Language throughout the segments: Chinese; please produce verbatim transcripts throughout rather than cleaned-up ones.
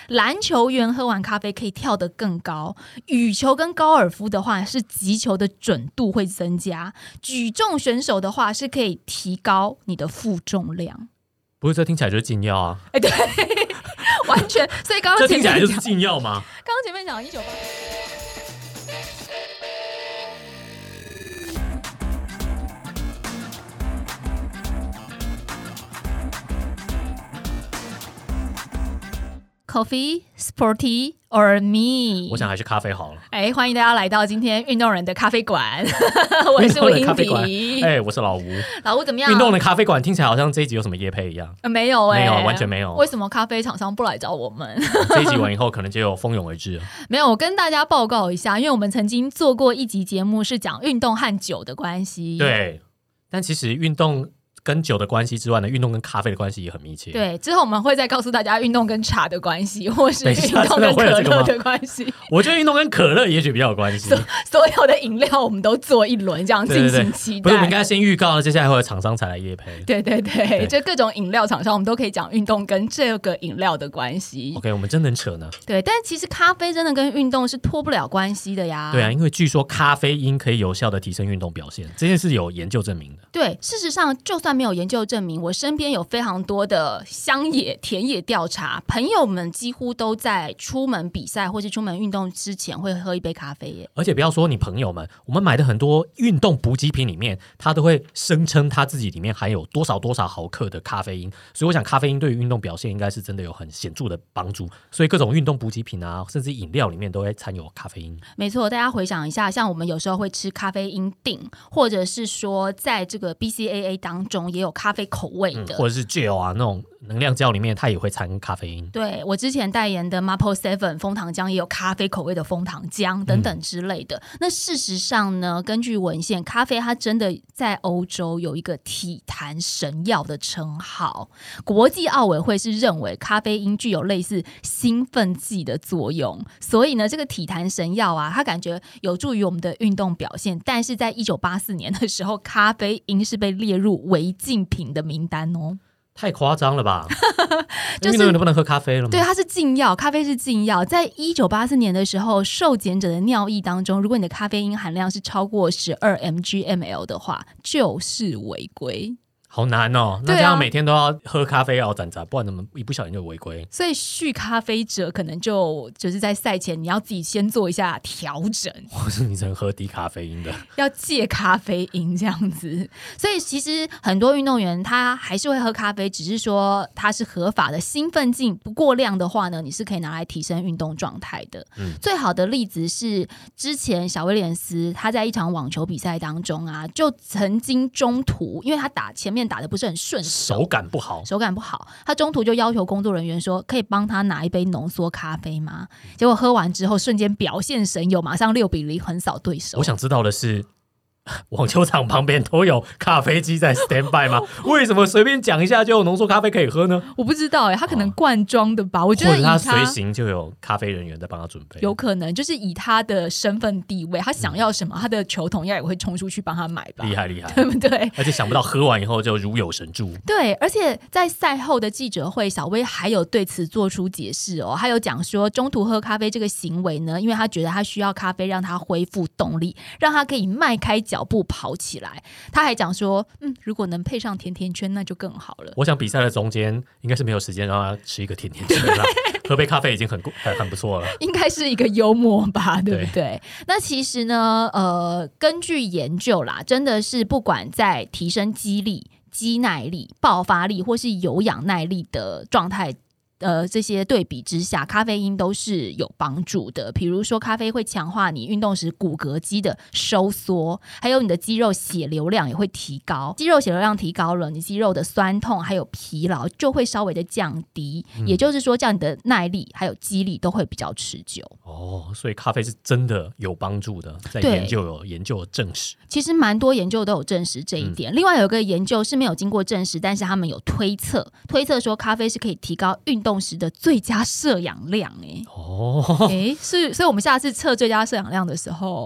篮球员喝完咖啡可以跳得更高，羽球跟高尔夫的话是击球的准度会增加，举重选手的话是可以提高你的负重量。 不是，这听起来就是禁药啊！ 哎，对，完全。所以刚刚这听起来就是禁药吗？ 刚刚前面讲一九八。Coffee, sporty or me？ 我想还是咖啡好了。 哎，欢迎大家来到今天运动人的咖啡馆，我是吴英迪。 哎，我是老吴。 老吴怎么样？ 运动的咖啡馆听起来好像这一集有什么业配一样。 呃、没有哎、 欸，没有，完全没有。 为什么咖啡厂商不来找我们？ 这一集完以后，可能就有蜂拥而至了。 没有，我跟大家报告一下，因为我们曾经做过一集节目，是讲运动和酒的关系。 对，但其实运动跟酒的关系之外呢，运动跟咖啡的关系也很密切。 对，之后我们会再告诉大家运动跟茶的关系，或是运动跟可乐的关系。 我觉得运动跟可乐也许比较有关系。 所, 所有的饮料我们都做一轮，这样进行期待。对对对， 不是，我们应该先预告了，接下来会有厂商才来业配。 对对 对, 对，就各种饮料厂商，我们都可以讲运动跟这个饮料的关系。 OK， 我们真能扯呢。 对，但其实咖啡真的跟运动是脱不了关系的呀。 对啊，因为据说咖啡因可以有效的提升运动表现，这件事有研究证明的。 对，事实上就算没有研究证明，我身边有非常多的乡野田野调查，朋友们几乎都在出门比赛或是出门运动之前会喝一杯咖啡耶。 而且不要说你朋友们，我们买的很多运动补给品里面，它都会声称它自己里面含有多少多少毫克的咖啡因，所以我想咖啡因对于运动表现应该是真的有很显著的帮助，所以各种运动补给品啊，甚至饮料里面都会掺有咖啡因。 没错，大家回想一下，像我们有时候会吃咖啡因锭，或者是说在这个 B C A A 当中也有咖啡口味的、 嗯、或者是 gel 啊那种能量胶里面它也会掺咖啡因。 对，我之前代言的 Maple Seven 枫糖浆也有咖啡口味的枫糖浆等等之类的、嗯、那事实上呢，根据文献，咖啡它真的在欧洲有一个体坛神药的称号，国际奥委会是认为咖啡因具有类似兴奋剂的作用，所以呢这个体坛神药啊，它感觉有助于我们的运动表现，但是在一九八四年的时候，咖啡因是被列入违禁品的名单哦。 太夸张了吧就是运动员都不能喝咖啡了吗？ 对，它是禁药，咖啡是禁药。在一九八四年的时候，受检者的尿液当中，如果你的咖啡因含量是超过十二 milligrams per milliliter 的话，就是违规。 好难哦，那这样每天都要喝咖啡要攒攒，不然怎么一不小心就违规？ 所以酗咖啡者可能就就是在赛前你要自己先做一下调整， 或是你只能喝低咖啡因的， 要戒咖啡因这样子。所以其实很多运动员他还是会喝咖啡，只是说他是合法的，兴奋剂不过量的话呢，你是可以拿来提升运动状态的、嗯、最好的例子是之前小威廉斯他在一场网球比赛当中啊，就曾经中途因为他打前面打的不是很顺手， 手感不好手感不好他中途就要求工作人员说可以帮他拿一杯浓缩咖啡吗？结果喝完之后瞬间表现神勇，马上六比零横扫对手。 我想知道的是网球场旁边都有咖啡机在 stand by 吗？为什么随便讲一下就有浓缩咖啡可以喝呢？ 我不知道耶，他可能罐装的吧、哦、我觉得以他或者他随行就有咖啡人员在帮他准备， 有可能就是以他的身份地位，他想要什么、嗯、他的球童也会冲出去帮他买吧， 厉害厉害， 对不对？ 而且想不到喝完以后就如有神助。 对，而且在赛后的记者会，小威还有对此做出解释哦，他有讲说中途喝咖啡这个行为呢，因为他觉得他需要咖啡让他恢复动力，让他可以迈开脚步跑起来。他还讲说嗯，如果能配上甜甜圈那就更好了。 我想比赛的中间应该是没有时间让他吃一个甜甜圈啦喝杯咖啡已经 很, 很, 很不错了，应该是一个幽默吧，对不对？那其实呢呃，根据研究啦，真的是不管在提升肌力、肌耐力、爆发力或是有氧耐力的状态呃，这些对比之下，咖啡因都是有帮助的。比如说咖啡会强化你运动时骨骼肌的收缩，还有你的肌肉血流量也会提高，肌肉血流量提高了，你肌肉的酸痛还有疲劳就会稍微的降低、嗯、也就是说这样你的耐力还有肌力都会比较持久哦。所以咖啡是真的有帮助的，在研究有研究有证实， 其实蛮多研究都有证实这一点、嗯、另外有个研究是没有经过证实，但是他们有推测推测说咖啡是可以提高运动时的最佳摄氧量。哎、哦，哎，是，所以我们下次测最佳摄氧量的时候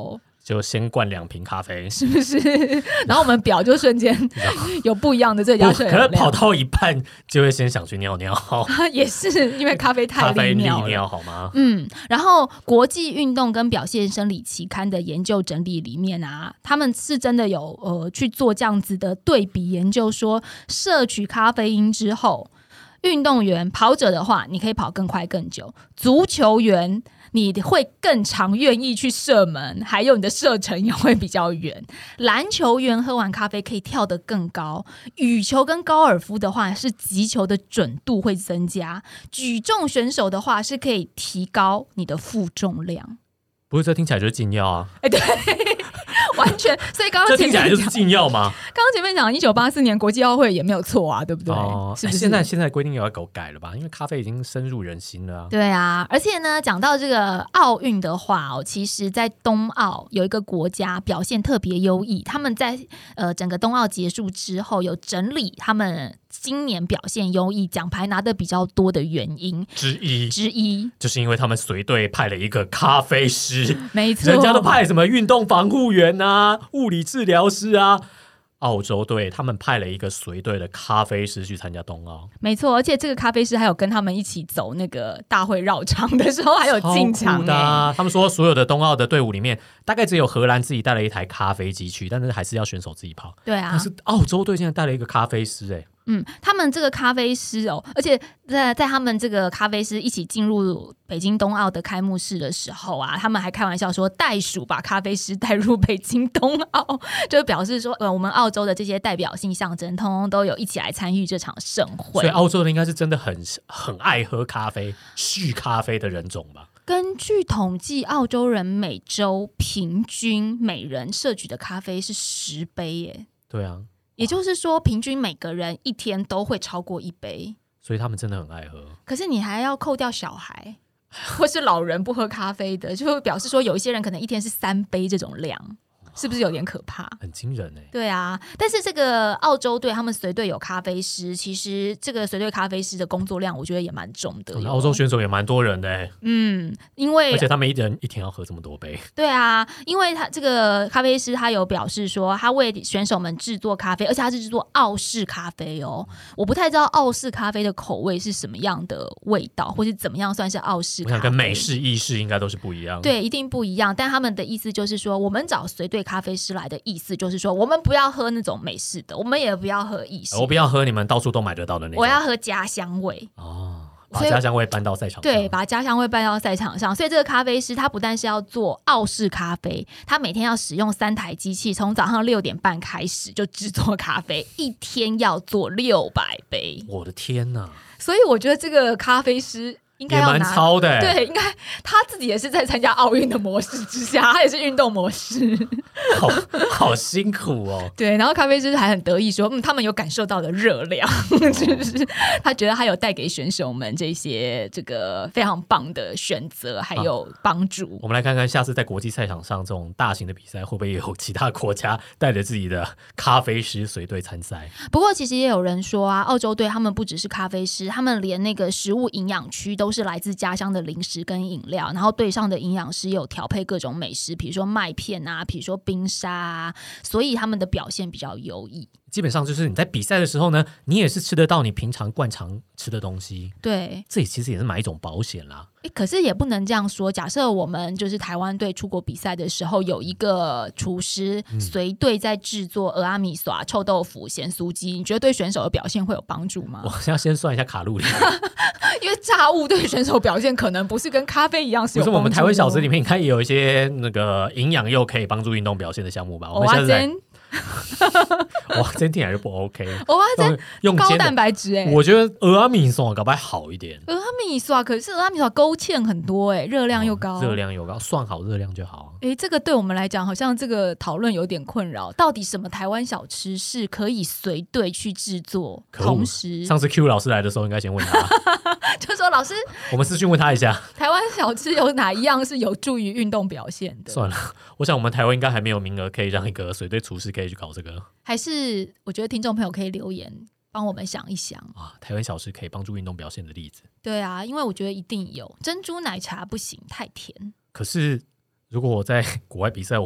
就先灌两瓶咖啡， 是不是？然后我们表就瞬间有不一样的最佳摄氧量， 可能跑到一半就会先想去尿尿， 也是因为咖啡太利尿了， 咖啡利尿好吗？ 嗯，然后国际运动跟表现生理期刊的研究整理里面啊，他们是真的有呃去做这样子的对比研究，说摄取咖啡因之后，运动员跑者的话，你可以跑更快更久；足球员你会更常愿意去射门，还有你的射程也会比较远。篮球员喝完咖啡可以跳得更高，羽球跟高尔夫的话是击球的准度会增加，举重选手的话是可以提高你的负重量。 不是，这听起来就是禁药啊！ 哎，对。完全，所以刚刚这听起来就是禁药吗？ 刚刚前面讲一九八四年国际奥会也没有错啊，对不对？哦、是不是？ 现在现在规定也要给我改了吧？因为咖啡已经深入人心了、啊。 对啊，而且呢，讲到这个奥运的话哦，其实，在冬奥有一个国家表现特别优异，他们在呃整个冬奥结束之后，有整理他们今年表现优异、奖牌拿的比较多的原因之一之一， 就是因为他们随队派了一个咖啡师， 没错， 人家都派什么运动防护员啊、物理治疗师啊。澳洲队他们派了一个随队的咖啡师去参加冬奥， 没错，而且这个咖啡师还有跟他们一起走那个大会绕场的时候还有进场、欸的、啊、他们说所有的冬奥的队伍里面大概只有荷兰自己带了一台咖啡机去，但是还是要选手自己跑。 对啊， 但是澳洲队现在带了一个咖啡师、欸嗯，他们这个咖啡师哦，而且在在他们这个咖啡师一起进入北京冬奥的开幕式的时候啊，他们还开玩笑说袋鼠把咖啡师带入北京冬奥，就表示说呃，我们澳洲的这些代表性象征通通都有一起来参与这场盛会。 所以澳洲人应该是真的很很爱喝咖啡、酗咖啡的人种吧。 根据统计，澳洲人每周平均每人摄取的咖啡是十杯耶。 对啊， 也就是说，平均每个人一天都会超过一杯， 所以他们真的很爱喝。 可是你还要扣掉小孩或是老人不喝咖啡的，就会表示说有一些人可能一天是三杯这种量，是不是有点可怕？ 很惊人哎、欸。 对啊，但是这个澳洲队他们随队有咖啡师，其实这个随队咖啡师的工作量我觉得也蛮重的、哦。 澳洲选手也蛮多人的哎、欸。 嗯，因为而且他们一人一天要喝这么多杯。 对啊，因为他这个咖啡师他有表示说，他为选手们制作咖啡，而且他是制作澳式咖啡哦。我不太知道澳式咖啡的口味是什么样的味道，或是怎么样算是澳式咖啡。 我想跟美式、意式应该都是不一样。 对，一定不一样。但他们的意思就是说，我们找随队咖啡师来的意思就是说，我们不要喝那种美式的，我们也不要喝意式的， 我不要喝你们到处都买得到的那种， 我要喝家乡味哦。把家乡味搬到赛场上， 对，把家乡味搬到赛场上。所以这个咖啡师他不但是要做澳式咖啡，他每天要使用三台机器，从早上六点半开始就制作咖啡，一天要做六百杯。 我的天哪！ 所以我觉得这个咖啡师应该要拿也蛮超的、欸， 对，应该他自己也是在参加奥运的模式之下，他也是运动模式， 好好辛苦哦。 对，然后咖啡师还很得意说，嗯，他们有感受到的热量，就是他觉得他有带给选手们这些这个非常棒的选择，还有帮助、啊。 我们来看看下次在国际赛场上这种大型的比赛，会不会有其他国家带着自己的咖啡师随队参赛？ 不过其实也有人说啊，澳洲队他们不只是咖啡师，他们连那个食物营养区都。都是来自家乡的零食跟饮料，然后队上的营养师有调配各种美食，比如说麦片啊，比如说冰沙啊，所以他们的表现比较优异。 基本上就是你在比赛的时候呢，你也是吃得到你平常惯常吃的东西。 对， 这其实也是买一种保险啦。 可是也不能这样说，假设我们就是台湾队出国比赛的时候，有一个厨师随队在制作俄阿米耍、臭豆腐、咸酥鸡，你觉得对选手的表现会有帮助吗？ 我现在先算一下卡路里因为炸物对选手表现可能不是跟咖啡一样是有帮助的。 不是，我们台湾小吃里面应该也有一些那个营养又可以帮助运动表现的项目吧？我们现在哇，真听起来就不 OK。 哇，这用高蛋白质哎、欸， 我觉得俄阿米爽搞不好好一点。 俄阿米爽可是俄阿米爽勾芡很多哎、欸，热量又高， 热、哦、量又高，算好热量就好。 哎、欸，这个对我们来讲，好像这个讨论有点困扰。到底什么台湾小吃是可以随队去制作？同时， 上次 Q 老师来的时候，应该先问他， 就说老师， 我们私讯问他一下， 台湾小吃有哪一样是有助于运动表现的？ 算了，我想我们台湾应该还没有名额可以让一个随队厨师可以去搞这个。 还是我觉得听众朋友可以留言帮我们想一想啊，台湾小吃可以帮助运动表现的例子。 对啊，因为我觉得一定有。珍珠奶茶不行，太甜。 可是如果我在国外比赛，我会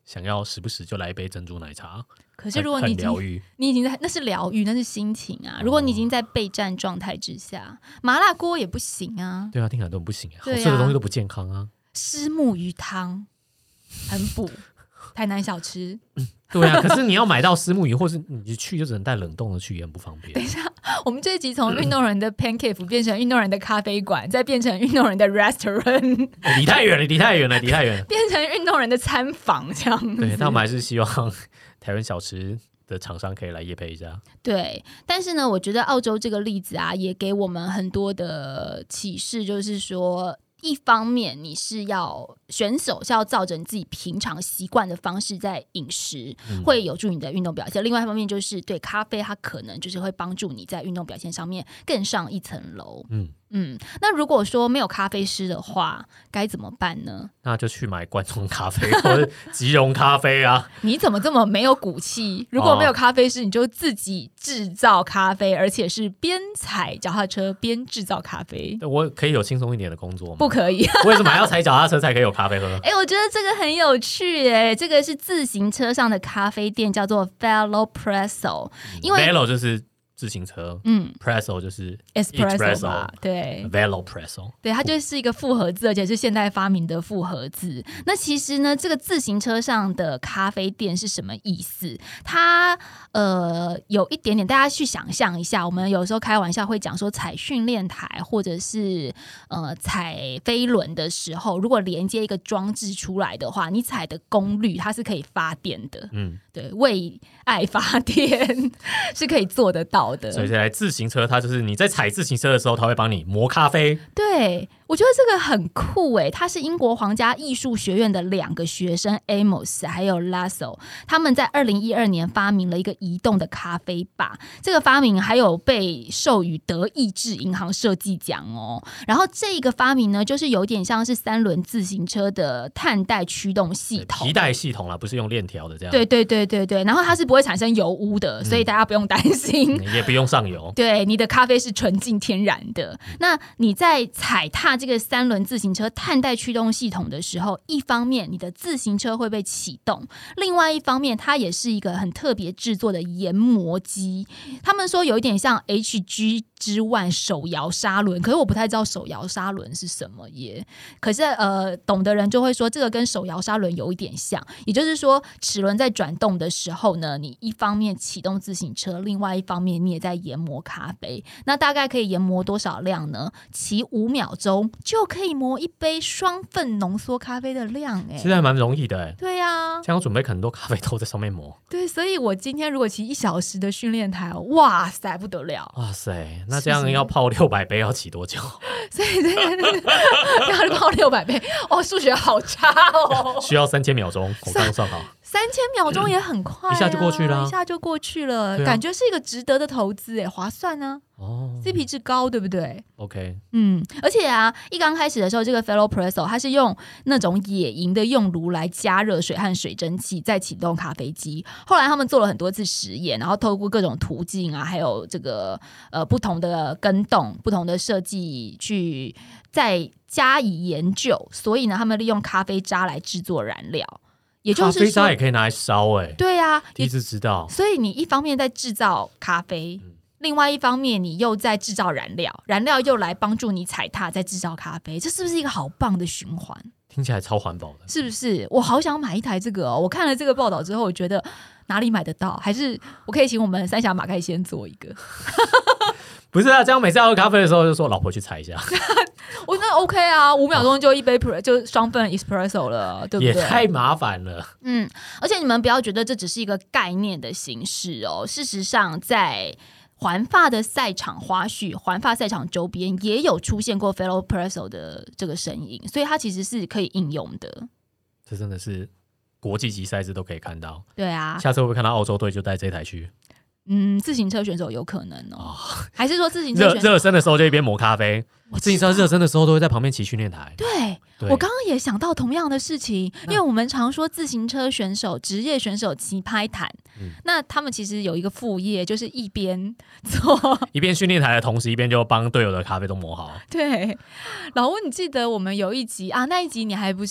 想要时不时就来一杯珍珠奶茶。 可是如果你已经疗愈， 你已经在那是疗愈，那是心情啊。如果你已经在备战状态之下，麻辣锅也不行啊。 对啊，听起来都不行啊， 对啊好吃的东西都不健康啊。 虱目鱼汤很补，台南小吃。 对啊，可是你要买到虱目鱼，或是你去就只能带冷冻的去，也很不方便。 等一下，我们这一集从运动人的 pancake 变成运动人的咖啡馆，再变成运动人的 restaurant， 离太远了，离太远了，离太远了， 变成运动人的餐房这样子。 对，但我们还是希望台湾小吃的厂商可以来业配一下。 对，但是呢，我觉得澳洲这个例子啊，也给我们很多的启示，就是说。一方面你是要选手是要照着你自己平常习惯的方式在饮食、嗯、会有助你的运动表现，另外一方面就是对咖啡它可能就是会帮助你在运动表现上面更上一层楼。嗯嗯，那如果说没有咖啡师的话该怎么办呢？ 那就去买罐装咖啡或者即溶咖啡啊。 你怎么这么没有骨气？如果没有咖啡师、哦、你就自己制造咖啡，而且是边踩脚踏车边制造咖啡。 我可以有轻松一点的工作吗？ 不可以。 为什么还要踩脚踏车才可以有咖啡喝？ 哎、欸，我觉得这个很有趣耶。这个是自行车上的咖啡店，叫做 Velopresso、嗯、因为 Velo 就是自行车，嗯 ，Presso 就是 Espresso 吧，对 ，Velopresso， 对，它就是一个复合字，而且是现代发明的复合字。那其实呢，这个自行车上的咖啡店是什么意思？它呃有一点点，大家去想象一下，我们有时候开玩笑会讲说，踩训练台或者是呃踩飞轮的时候，如果连接一个装置出来的话，你踩的功率它是可以发电的，嗯，对，为爱发电是可以做得到。 所以这台自行车它就是你在踩自行车的时候它会帮你磨咖啡。 对，我觉得这个很酷耶。它是英国皇家艺术学院的两个学生 Amos 还有 Lasso， 他们在二零一二年发明了一个移动的咖啡吧。这个发明还有被授予德意志银行设计奖哦。然后这个发明呢就是有点像是三轮自行车的碳带驱动系统， 皮带系统啦，不是用链条的这样。 对对对对对，然后它是不会产生油污的，所以大家不用担心、 嗯、也不用上油。 对，你的咖啡是纯净天然的。那你在踩踏这个三轮自行车碳带驱动系统的时候，一方面你的自行车会被启动，另外一方面它也是一个很特别制作的研磨机。他们说有一点像 H G 之万手摇砂轮，可是我不太知道手摇砂轮是什么耶。可是呃，懂的人就会说这个跟手摇砂轮有一点像，也就是说齿轮在转动的时候呢，你一方面启动自行车，另外一方面你也在研磨咖啡。那大概可以研磨多少量呢？骑五秒钟就可以磨一杯双份浓缩咖啡的量。哎， 其实还蛮容易的哎。 对啊， 这样准备很多咖啡豆在上面磨。 对，所以我今天如果骑一小时的训练台，哇塞不得了。 哇塞，那这样要泡六百杯要骑多久？ 所以这个要泡六百杯哦，数学好差哦。 需要三千秒钟，我刚刚算好。 三千秒钟也很快、啊嗯， 一下就过去了、啊， 一下就过去了， 啊、 感觉是一个值得的投资，哎，划算呢、啊。哦 ，C P 值高，对不对 ？OK， 嗯，而且啊，一刚开始的时候，这个 Velopresso 它是用那种野营的用炉来加热水和水蒸气，再启动咖啡机。后来他们做了很多次实验，然后透过各种途径啊，还有这个呃不同的更动、不同的设计去再加以研究，所以呢，他们利用咖啡渣来制作燃料。也就是说咖啡渣也可以拿来烧哎、欸， 对啊， 第一次知道。 所以你一方面在制造咖啡、嗯，另外一方面你又在制造燃料，燃料又来帮助你踩踏，在制造咖啡，这是不是一个好棒的循环？ 听起来超环保的， 是不是？我好想买一台这个哦！我看了这个报道之后，我觉得哪里买得到？还是我可以请我们三峡马盖先做一个？ 不是啊，这样每次要喝咖啡的时候就说老婆去踩一下。 我那 OK 啊，五秒钟就一杯 pre, 就双份 espresso 了，对不对？ 也太麻烦了。 嗯，而且你们不要觉得这只是一个概念的形式哦。事实上，在环法的赛场花絮、环法赛场周边也有出现过 Velopresso 的这个身影，所以它其实是可以应用的。 这真的是国际级赛事都可以看到。 对啊， 下次会不会看到澳洲队就带这台去？ 嗯，自行车选手有可能 哦, 哦还是说自行车选手热身的时候就一边磨咖啡？自行车热身的时候都会在旁边骑训练台。 对，对我刚刚也想到同样的事情，因为我们常说自行车选手、职业选手骑拍毯、嗯，那他们其实有一个副业，就是一边做一边训练台的同时，一边就帮队友的咖啡都磨好。 对，老吴，你记得我们有一集啊，那一集你还不是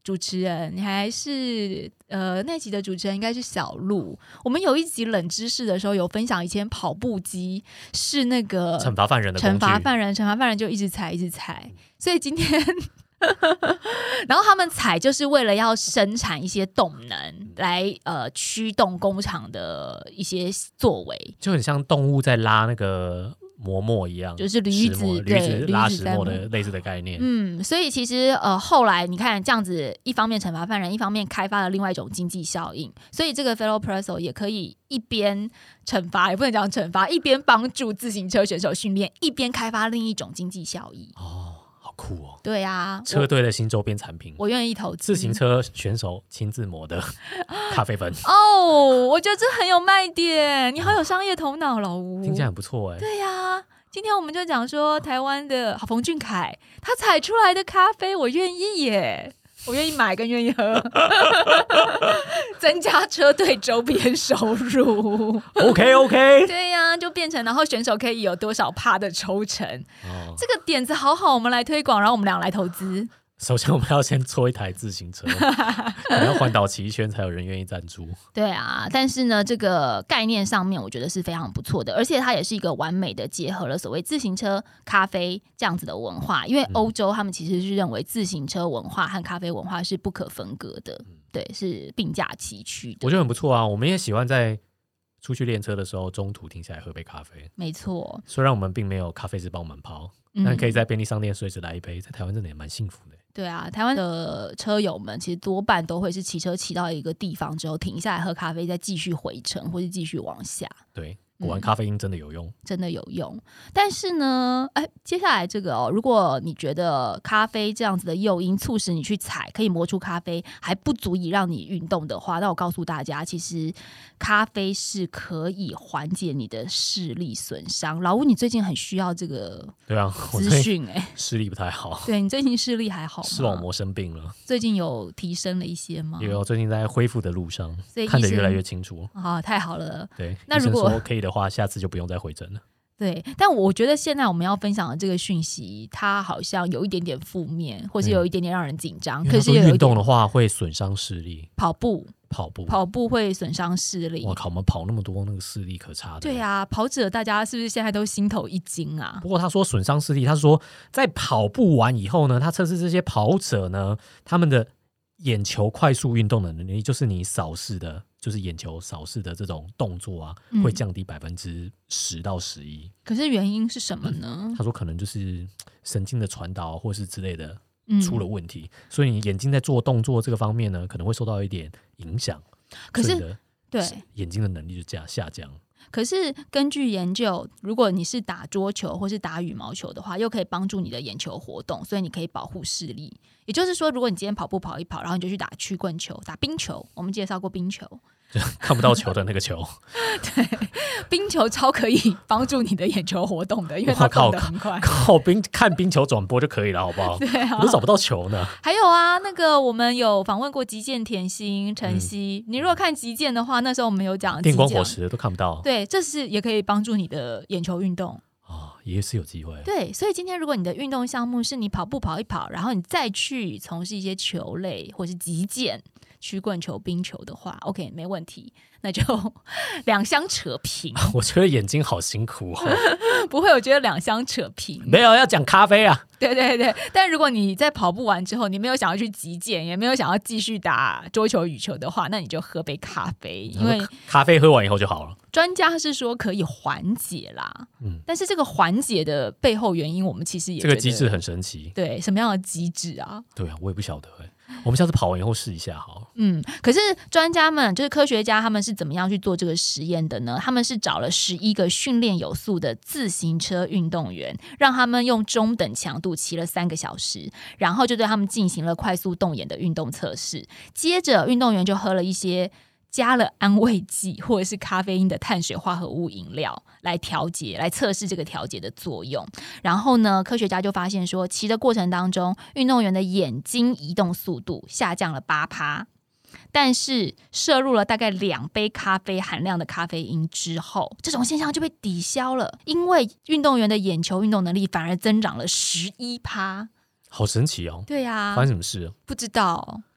主持人，你还是呃那集的主持人应该是小鹿。我们有一集冷知识的时候有分享，以前跑步机是那个惩罚犯人的工具， 惩罚犯人，惩罚犯人就一直踩一直踩，所以今天然后他们踩就是为了要生产一些动能来呃驱动工厂的一些作为， 就很像动物在拉那个磨墨一样， 就是驴子驴子拉石磨的类似的概念。 嗯，所以其实呃后来你看这样子，一方面惩罚犯人，一方面开发了另外一种经济效应，所以这个 Velopresso 也可以一边惩罚，也不能讲惩罚，一边帮助自行车选手训练，一边开发另一种经济效益。 哦，好酷哦！ 对啊， 车队的新周边产品， 我愿意投资。 自行车选手亲自磨的咖啡粉哦，我觉得这很有卖点，你好有商业头脑，老吴， 听起来很不错哎。 对呀、啊，今天我们就讲说台湾的冯俊凯他采出来的咖啡，我愿意耶。我愿意买跟愿意喝增加车队周边收入 OK OK 对呀、啊，就变成然后选手可以有多少趴的抽成、哦、这个点子好好，我们来推广，然后我们俩来投资。 首先我们要先做一台自行车可能要环岛骑一圈才有人愿意赞助。 对啊，但是呢这个概念上面我觉得是非常不错的，而且它也是一个完美的结合了所谓自行车咖啡这样子的文化，因为欧洲他们其实是认为自行车文化和咖啡文化是不可分割的、嗯、对，是并驾齐驱的。 我觉得很不错啊，我们也喜欢在出去练车的时候中途停下来喝杯咖啡。 没错， 虽然我们并没有咖啡师帮我们泡、嗯、但可以在便利商店随时来一杯，在台湾真的也蛮幸福的。 对啊，台湾的车友们其实多半都会是骑车骑到一个地方之后停下来喝咖啡，再继续回程或是继续往下。 对，果然咖啡因真的有用、嗯、 真的有用。但是呢哎，接下来这个哦，如果你觉得咖啡这样子的诱因促使你去踩可以磨出咖啡还不足以让你运动的话，那我告诉大家，其实咖啡是可以缓解你的视力损伤。老吴你最近很需要这个对啊资讯哎， 视力不太好。 对，你最近视力还好吗？ 视网膜生病了， 最近有提升了一些吗？ 有，最近在恢复的路上，看得越来越清楚。 啊，太好了。 对， 那如果医生说可以的话，下次就不用再回诊了。 对，但我觉得现在我们要分享的这个讯息，它好像有一点点负面，或是有一点点让人紧张。 嗯、 可是运动的话会损伤视力， 跑步。 跑步跑步会损伤视力。 哇靠，我们跑那么多，那个视力可差的。 对啊，跑者大家是不是现在都心头一惊啊？ 不过他说损伤视力，他说在跑步完以后呢，他测试这些跑者呢，他们的眼球快速运动的能力，就是你扫视的，就是眼球扫视的这种动作啊，嗯、会降低百分之十到十一。 可是原因是什么呢？ 嗯、他说可能就是神经的传导或是之类的。出了问题、嗯、所以你眼睛在做动作这个方面呢可能会受到一点影响， 可是对眼睛的能力就下降。 可是根据研究，如果你是打桌球或是打羽毛球的话，又可以帮助你的眼球活动，所以你可以保护视力。也就是说，如果你今天跑步跑一跑，然后你就去打曲棍球、打冰球，我们介绍过冰球， 就看不到球的那个球对，冰球超可以帮助你的眼球活动的，因为它动得很快。 靠冰看冰球转播就可以了，好不好？ 对啊， 我都找不到球呢。 还有啊，那个我们有访问过击剑甜心晨曦、嗯，你如果看击剑的话，那时候我们有讲电光火石都看不到。 对，这是也可以帮助你的眼球运动。 哦，也是有机会。 对，所以今天如果你的运动项目是你跑步跑一跑，然后你再去从事一些球类或是击剑、曲棍球、冰球的话 ，OK， 没问题，那就两相扯平。 我觉得眼睛好辛苦哦。 不会，我觉得两相扯平。 没有要讲咖啡啊。 对对对，但如果你在跑步完之后，你没有想要去击剑，也没有想要继续打桌球、羽球的话，那你就喝杯咖啡，因为咖啡喝完以后就好了。 专家是说可以缓解啦，嗯，但是这个缓解的背后原因，我们其实也觉得这个机制很神奇。 对，什么样的机制啊？ 对啊，我也不晓得哎、欸。我们下次跑完以后试一下好了。 嗯，可是专家们就是科学家，他们是怎么样去做这个实验的呢？他们是找了十一个训练有素的自行车运动员，让他们用中等强度骑了三个小时，然后就对他们进行了快速动眼的运动测试。接着，运动员就喝了一些加了安慰剂或者是咖啡因的碳水化合物饮料来调节，来测试这个调节的作用。然后呢，科学家就发现说，骑的过程当中，运动员的眼睛移动速度下降了 百分之八， 但是摄入了大概两杯咖啡含量的咖啡因之后，这种现象就被抵消了，因为运动员的眼球运动能力反而增长了 百分之十一。 好神奇哦。 对啊， 发生什么事？ 不知道。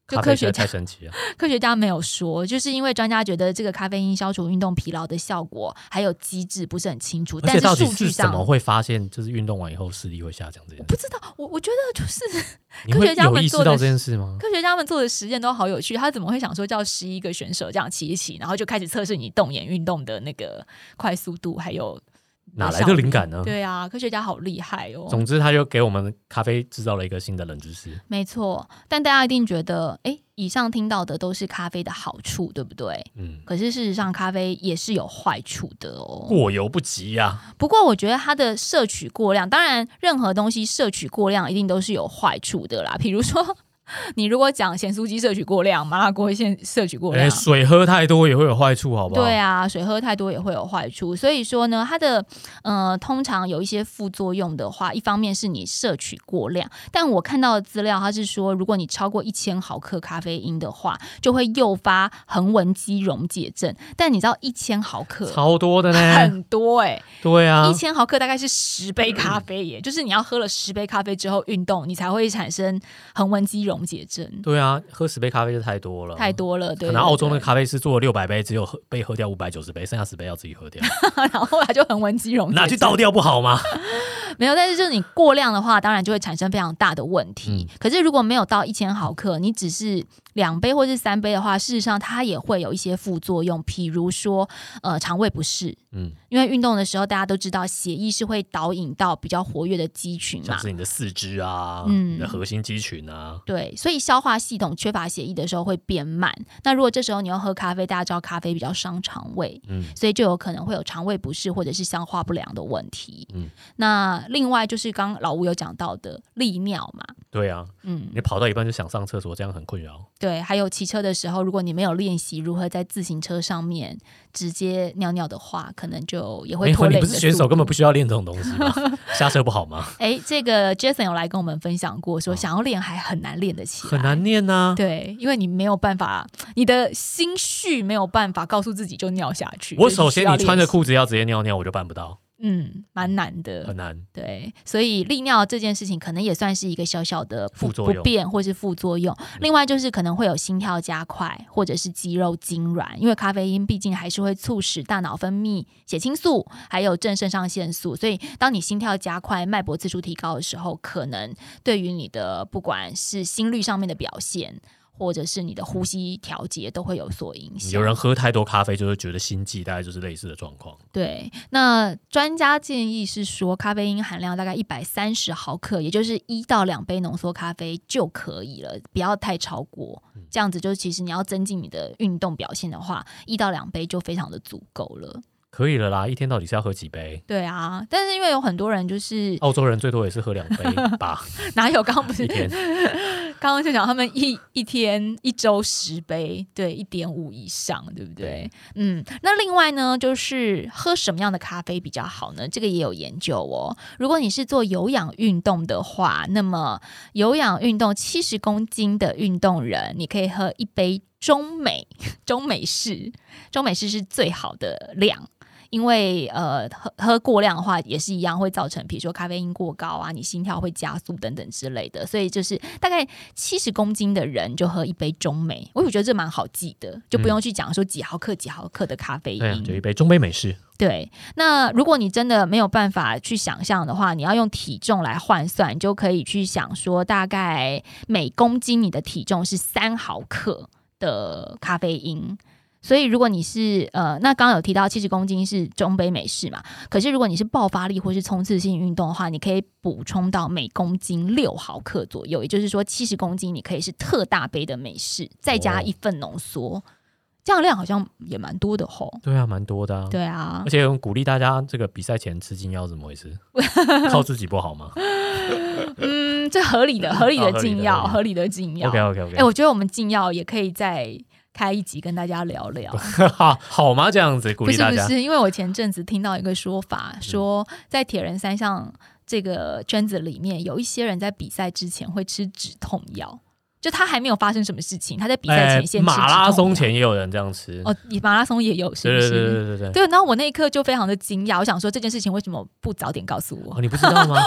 就科学家太神奇了。 科学家没有说，就是因为专家觉得这个咖啡因消除运动疲劳的效果还有机制不是很清楚，但是到底数据上是怎么会发现就是运动完以后视力会下降这件事？ 我不知道，我我觉得就是你会科学家有们做的意识到这件事吗？ 科学家们做的实验都好有趣，他怎么会想说叫十一个选手这样骑一骑，然后就开始测试你动眼运动的那个快速度，还有哪来的灵感呢？ 对啊，科学家好厉害哦。 总之，他就给我们咖啡制造了一个新的冷知识。 没错，但大家一定觉得，哎，以上听到的都是咖啡的好处，对不对？嗯。可是事实上，咖啡也是有坏处的哦。 过犹不及呀、啊。 不过，我觉得它的摄取过量，当然，任何东西摄取过量一定都是有坏处的啦。比如说。你如果讲咸酥鸡摄取过量，麻辣锅先摄取过量、欸， 水喝太多也会有坏处，好不好？ 对啊，水喝太多也会有坏处。所以说呢，它的呃，通常有一些副作用的话，一方面是你摄取过量，但我看到的资料，它是说，如果你超过一千毫克咖啡因的话，就会诱发横纹肌溶解症。但你知道一千毫克超多的呢， 很多哎、欸， 对啊， 一千毫克大概是十杯咖啡耶，嗯、就是你要喝了十杯咖啡之后运动，你才会产生横纹肌溶。解症。 对啊，喝十杯咖啡就太多了， 太多了。对对对， 可能澳洲那个咖啡师做了六百杯，只有喝被喝掉五百九十杯，剩下十杯要自己喝掉， 然后后来就横纹肌溶解症， 拿去倒掉不好吗？ 没有，但是就是你过量的话，当然就会产生非常大的问题。嗯、可是如果没有到一千毫克，你只是两杯或是三杯的话，事实上它也会有一些副作用，譬如说呃肠胃不适。嗯，因为运动的时候大家都知道，血液是会导引到比较活跃的肌群嘛， 像是你的四肢啊，嗯，你的核心肌群啊， 对，所以消化系统缺乏血液的时候会变慢。那如果这时候你要喝咖啡，大家知道咖啡比较伤肠胃，嗯，所以就有可能会有肠胃不适或者是消化不良的问题。嗯，那另外就是刚刚老吴有讲到的利尿嘛， 对啊，嗯，你跑到一半就想上厕所，这样很困扰。 对，还有骑车的时候，如果你没有练习如何在自行车上面直接尿尿的话，可能就也会拖累你的速度。 你不是选手，根本不需要练这种东西吗？下车不好吗？ 哎，这个 Jason 有来跟我们分享过，说想要练还很难练得起来， 很难练啊。 对，因为你没有办法，你的心绪没有办法告诉自己就尿下去。 我首先你穿着裤子要直接尿尿，我就办不到。 嗯，蛮难的， 很难。 对，所以利尿这件事情可能也算是一个小小的 不, 副作用不便或是副作用。另外就是可能会有心跳加快，或者是肌肉痉挛，因为咖啡因毕竟还是会促使大脑分泌血清素，还有正肾上腺素，所以当你心跳加快、脉搏次数提高的时候，可能对于你的不管是心率上面的表现，或者是你的呼吸调节都会有所影响。 有人喝太多咖啡就会觉得心悸，大概就是类似的状况。 对，那专家建议是说，咖啡因含量大概一百三十毫克，也就是一到两杯浓缩咖啡就可以了，不要太超过。嗯、这样子就其实你要增进你的运动表现的话，一到两杯就非常的足够了。 可以了啦，一天到底是要喝几杯？ 对啊，但是因为有很多人就是澳洲人最多也是喝两杯吧？ 哪有？刚刚不是一天？ 刚刚就讲他们一一天一周十杯，对，一点五以上，对不对？对嗯，那另外呢，就是喝什么样的咖啡比较好呢？这个也有研究哦。如果你是做有氧运动的话，那么有氧运动七十公斤的运动人，你可以喝一杯中美中美式，中美式是最好的量。因为呃喝喝过量的话也是一样会造成比如说咖啡因过高啊，你心跳会加速等等之类的，所以就是大概七十公斤的人就喝一杯中美，我觉得这蛮好记的，就不用去讲说几毫克几毫克的咖啡因、 嗯、就一杯中杯美式。 对，那如果你真的没有办法去想象的话，你要用体重来换算，你就可以去想说大概每公斤你的体重是三毫克的咖啡因。所以如果你是呃，那刚刚有提到七十公斤是中杯美式嘛，可是如果你是爆发力或是冲刺性运动的话，你可以补充到每公斤六毫克左右，也就是说七十公斤你可以是特大杯的美式，再加一份浓缩、哦、这样量好像也蛮多的吼。 对啊，蛮多的啊。 对啊， 而且我鼓励大家这个比赛前吃禁药怎么回事？靠自己不好吗？ 嗯，这合理的合理的禁药、哦、合理的禁药。 OK OK OK、欸、 我觉得我们禁药也可以在开一集跟大家聊聊。 好吗？这样子鼓励大家。 不是不是，因为我前阵子听到一个说法，说在铁人三项这个圈子里面，有一些人在比赛之前会吃止痛药，就他还没有发生什么事情，他在比赛前先吃止痛药、欸、 马拉松前也有人这样吃哦，马拉松也有，是不是？ 对对对对对对。然后我那一刻就非常的惊讶，我想说这件事情为什么不早点告诉我？ 哦、你不知道吗？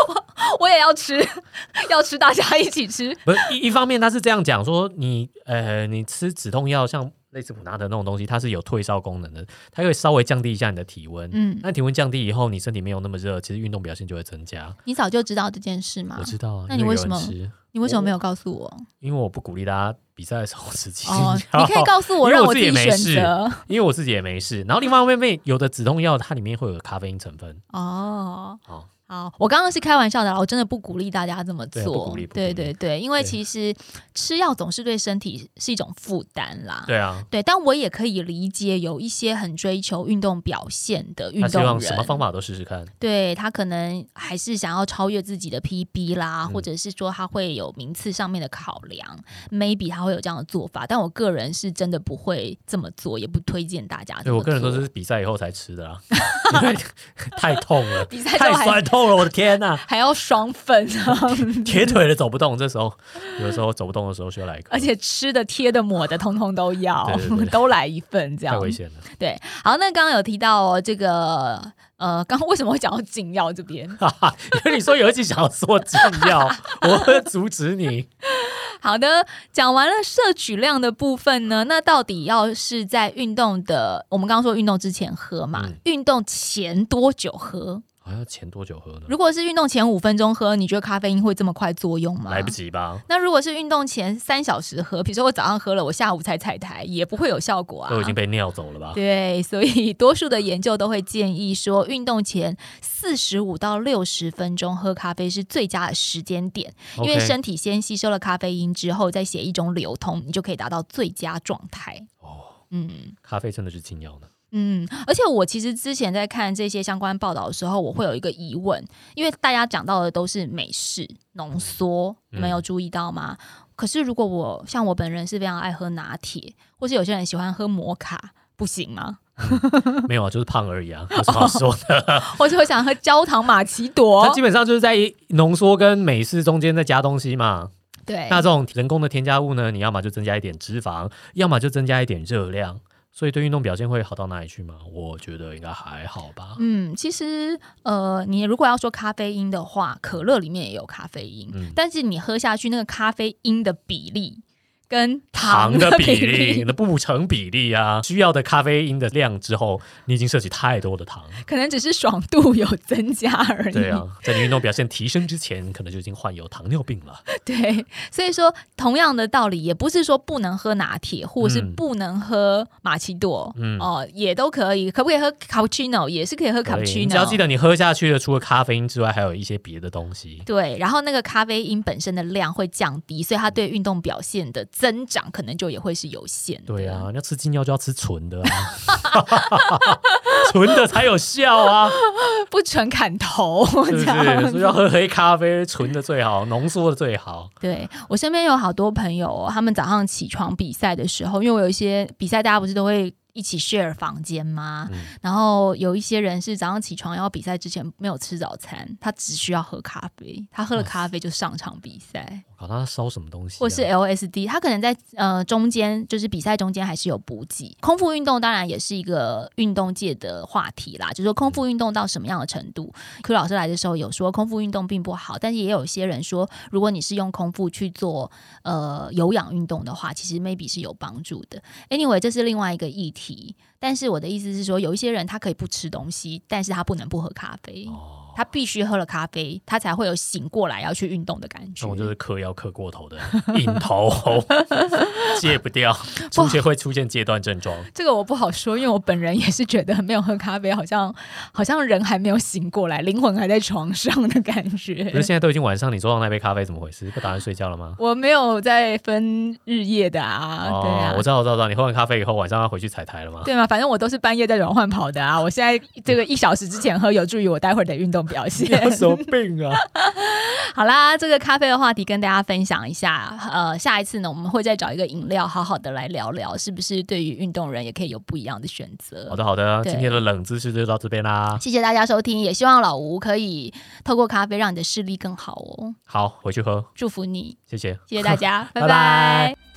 我也要吃，要吃，大家一起吃。 不是 一, 一方面他是这样讲说你呃你吃止痛药像类似普拿疼那种东西，它是有退烧功能的，它会稍微降低一下你的体温。嗯，那体温降低以后，你身体没有那么热，其实运动表现就会增加。 你早就知道这件事吗？ 我知道啊。 那你为什么？你为什么没有告诉我？ 因为我不鼓励大家比赛的时候吃鸡精药。哦，你可以告诉我，让我自己选择。 因为我自己也没事。然后另外一方面，有的止痛药它里面会有咖啡因成分。 哦。哦。好，我刚刚是开玩笑的啦，我真的不鼓励大家这么做。 对，不鼓励，不鼓对励。 对对，因为其实吃药总是对身体是一种负担啦。 对啊， 对，但我也可以理解有一些很追求运动表现的运动人， 他希望什么方法都试试看。 对，他可能还是想要超越自己的 P B 啦，嗯、或者是说他会有名次上面的考量、嗯、，maybe 他会有这样的做法。但我个人是真的不会这么做，也不推荐大家这么做。 对，我个人都是比赛以后才吃的啦，因为太痛了， 比赛太酸痛了，我的天哪、啊！ 还要双份， 铁腿的走不动，这时候有的时候走不动的时候需要来一个， 而且吃的、贴的、抹的，通通都要， 对对对都来一份，这样太危险了。 对，好，那刚刚有提到哦，这个呃，刚刚为什么会讲到禁药这边？ 因为你说有一集想要说禁药，我会阻止你。 好的，讲完了摄取量的部分呢，那到底要是在运动的，我们刚刚说运动之前喝嘛，嗯、运动前多久喝？ 好像前多久喝呢？ 如果是运动前五分钟喝，你觉得咖啡因会这么快作用吗？ 来不及吧。 那如果是运动前三小时喝，比如说我早上喝了，我下午才踩台，也不会有效果啊。 都已经被尿走了吧？ 对，所以多数的研究都会建议说，运动前四十五到六十分钟喝咖啡是最佳的时间点， okay. 因为身体先吸收了咖啡因之后，在血液中流通，你就可以达到最佳状态。 哦， 嗯， 咖啡真的是禁药呢。 嗯，而且我其实之前在看这些相关报道的时候，我会有一个疑问，因为大家讲到的都是美式浓缩，你们有注意到吗？嗯、可是如果我像我本人是非常爱喝拿铁，或是有些人喜欢喝摩卡，不行吗？ 嗯、没有啊，就是胖而已啊，有什么好说的？ 或者我想喝焦糖玛奇朵， 它基本上就是在浓缩跟美式中间再加东西嘛。 对， 那这种人工的添加物呢，你要么就增加一点脂肪，要么就增加一点热量。所以对运动表现会好到哪里去吗？我觉得应该还好吧。 嗯，其实呃，你如果要说咖啡因的话，可乐里面也有咖啡因，嗯、但是你喝下去那个咖啡因的比例跟糖的比例， 你的不成比例啊！需要的咖啡因的量之后，你已经摄取太多的糖， 可能只是爽度有增加而已。 对啊，在你运动表现提升之前，可能就已经患有糖尿病了。 对，所以说同样的道理，也不是说不能喝拿铁，或者是不能喝玛奇朵，嗯哦，也都可以。可不可以喝 cappuccino？ 也是可以喝 cappuccino。 你只要记得，你喝下去的除了咖啡因之外，还有一些别的东西。 对，然后那个咖啡因本身的量会降低，所以它对运动表现的增长可能就也会是有限的。 对啊，你要吃禁药就要吃纯的啊，纯的才有效啊， 不纯砍头， 是不是？所以要喝黑咖啡，纯的最好，浓缩的最好。 对，我身边有好多朋友、哦，他们早上起床比赛的时候，因为我有一些比赛，大家不是都会一起 share 房间吗、嗯、然后有一些人是早上起床要比赛之前没有吃早餐，他只需要喝咖啡，他喝了咖啡就上场比赛。 我靠，他烧什么东西、啊、 或是 L S D， 他可能在呃中间就是比赛中间还是有补给。空腹运动当然也是一个运动界的话题啦，就是说空腹运动到什么样的程度， Q 老师来的时候有说空腹运动并不好，但是也有些人说如果你是用空腹去做呃有氧运动的话，其实 maybe 是有帮助的。 Anyway， 这是另外一个议题，但是我的意思是说有一些人他可以不吃东西，但是他不能不喝咖啡、哦、他必须喝了咖啡他才会有醒过来要去运动的感觉。 那我就是嗑药嗑过头的瘾头戒不掉，出现会出现戒断症状。 这个我不好说，因为我本人也是觉得没有喝咖啡好像好像人还没有醒过来，灵魂还在床上的感觉。 可是现在都已经晚上，你桌上那杯咖啡怎么回事？不打算睡觉了吗？ 我没有在分日夜的啊、哦、对啊， 我知道我知道我知道，你喝完咖啡以后晚上要回去踩台了吗？ 对吗？反正我都是半夜在转换跑的啊，我现在这个一小时之前喝有助于我待会儿的运动表现。 你有什么病啊？ 好啦，这个咖啡的话题跟大家分享一下，呃，下一次呢我们会再找一个饮料好好的来聊聊，是不是对于运动人也可以有不一样的选择。 好的好的，今天的冷知识就到这边啦， 谢谢大家收听，也希望老吴可以透过咖啡让你的视力更好哦。 好，回去喝， 祝福你， 谢谢， 谢谢大家拜拜。